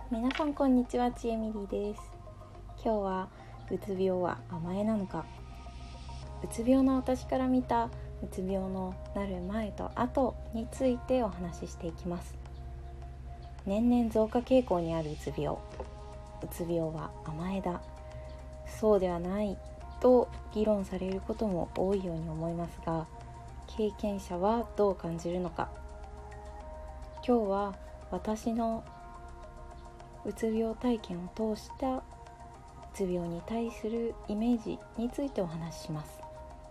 皆さんこんにちは、ちえみりです。今日はうつ病は甘えなのか、うつ病の私から見たうつ病のなる前と後についてお話ししていきます。年々増加傾向にあるうつ病は甘えだ、そうではないと議論されることも多いように思いますが、経験者はどう感じるのか。今日は私のうつ病体験を通したうつ病に対するイメージについてお話しします。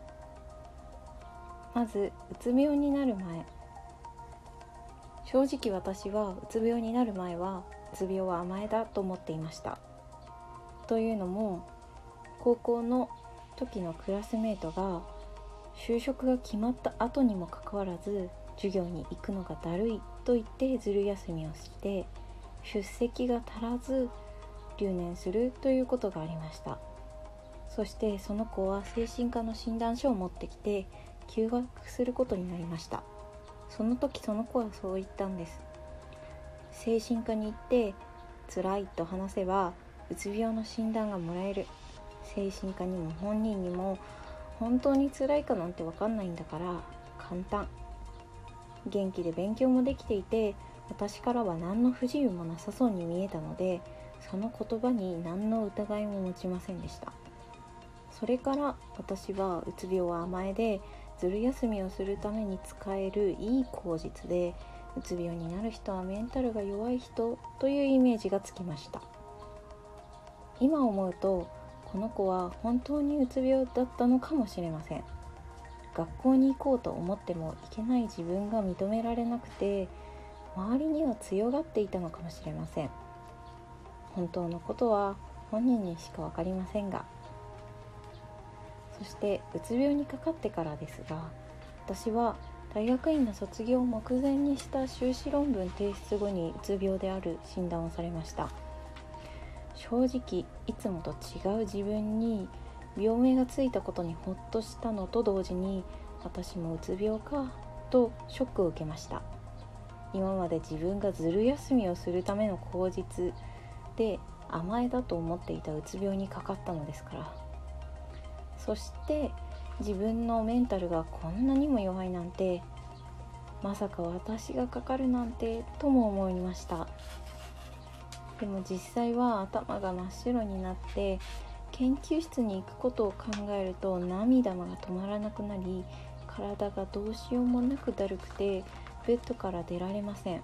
まずうつ病になる前、正直私はうつ病になる前はうつ病は甘えだと思っていました。というのも、高校の時のクラスメートが就職が決まった後にもかかわらず授業に行くのがだるいと言ってずる休みをして出席が足らず留年するということがありました。そしてその子は精神科の診断書を持ってきて休学することになりました。その時その子はそう言ったんです。精神科に行って辛いと話せばうつ病の診断がもらえる。精神科にも本人にも本当に辛いかなんて分かんないんだから簡単。元気で勉強もできていて、私からは何の不自由もなさそうに見えたので、その言葉に何の疑いも持ちませんでした。それから私はうつ病は甘えで、ずる休みをするために使えるいい口実で、うつ病になる人はメンタルが弱い人というイメージがつきました。今思うとこの子は本当にうつ病だったのかもしれません。学校に行こうと思っても行けない自分が認められなくて、周りには強がっていたのかもしれません。本当のことは本人にしか分かりませんが、そしてうつ病にかかってからですが、私は大学院の卒業を目前にした修士論文提出後にうつ病である診断をされました。正直いつもと違う自分に病名がついたことにほっとしたのと同時に、私もうつ病かとショックを受けました。今まで自分がずる休みをするための口実で甘えだと思っていたうつ病にかかったのですから。そして自分のメンタルがこんなにも弱いなんて、まさか私がかかるなんてとも思いました。でも実際は頭が真っ白になって、研究室に行くことを考えると涙が止まらなくなり、体がどうしようもなくだるくてベッドから出られません。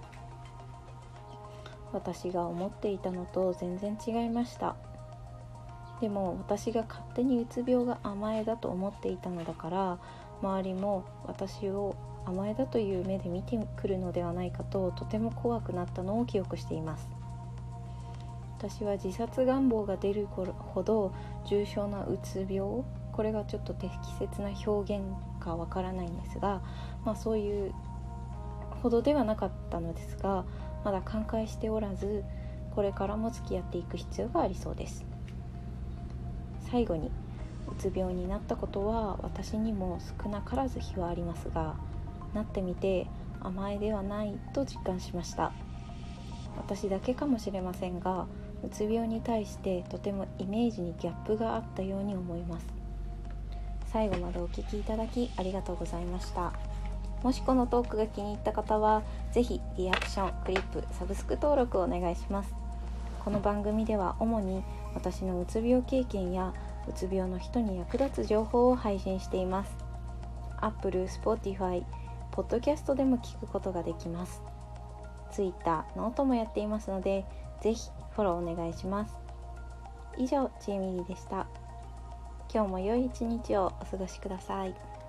私が思っていたのと全然違いました。でも私が勝手にうつ病が甘えだと思っていたのだから、周りも私を甘えだという目で見てくるのではないかと、とても怖くなったのを記憶しています。私は自殺願望が出るほど重症なうつ病、これがちょっと適切な表現かわからないんですが、そういうほどではなかったのですが、まだ寛解しておらず、これからも付き合っていく必要がありそうです。最後に、うつ病になったことは私にも少なからず非はありますが、なってみて甘えではないと実感しました。私だけかもしれませんが、うつ病に対してとてもイメージにギャップがあったように思います。最後までお聞きいただきありがとうございました。もしこのトークが気に入った方は、ぜひリアクション、クリップ、サブスク登録をお願いします。この番組では主に私のうつ病経験やうつ病の人に役立つ情報を配信しています。Apple、Spotify、ポッドキャストでも聞くことができます。Twitter、ノートもやっていますので、ぜひフォローお願いします。以上、ちえみりでした。今日も良い一日をお過ごしください。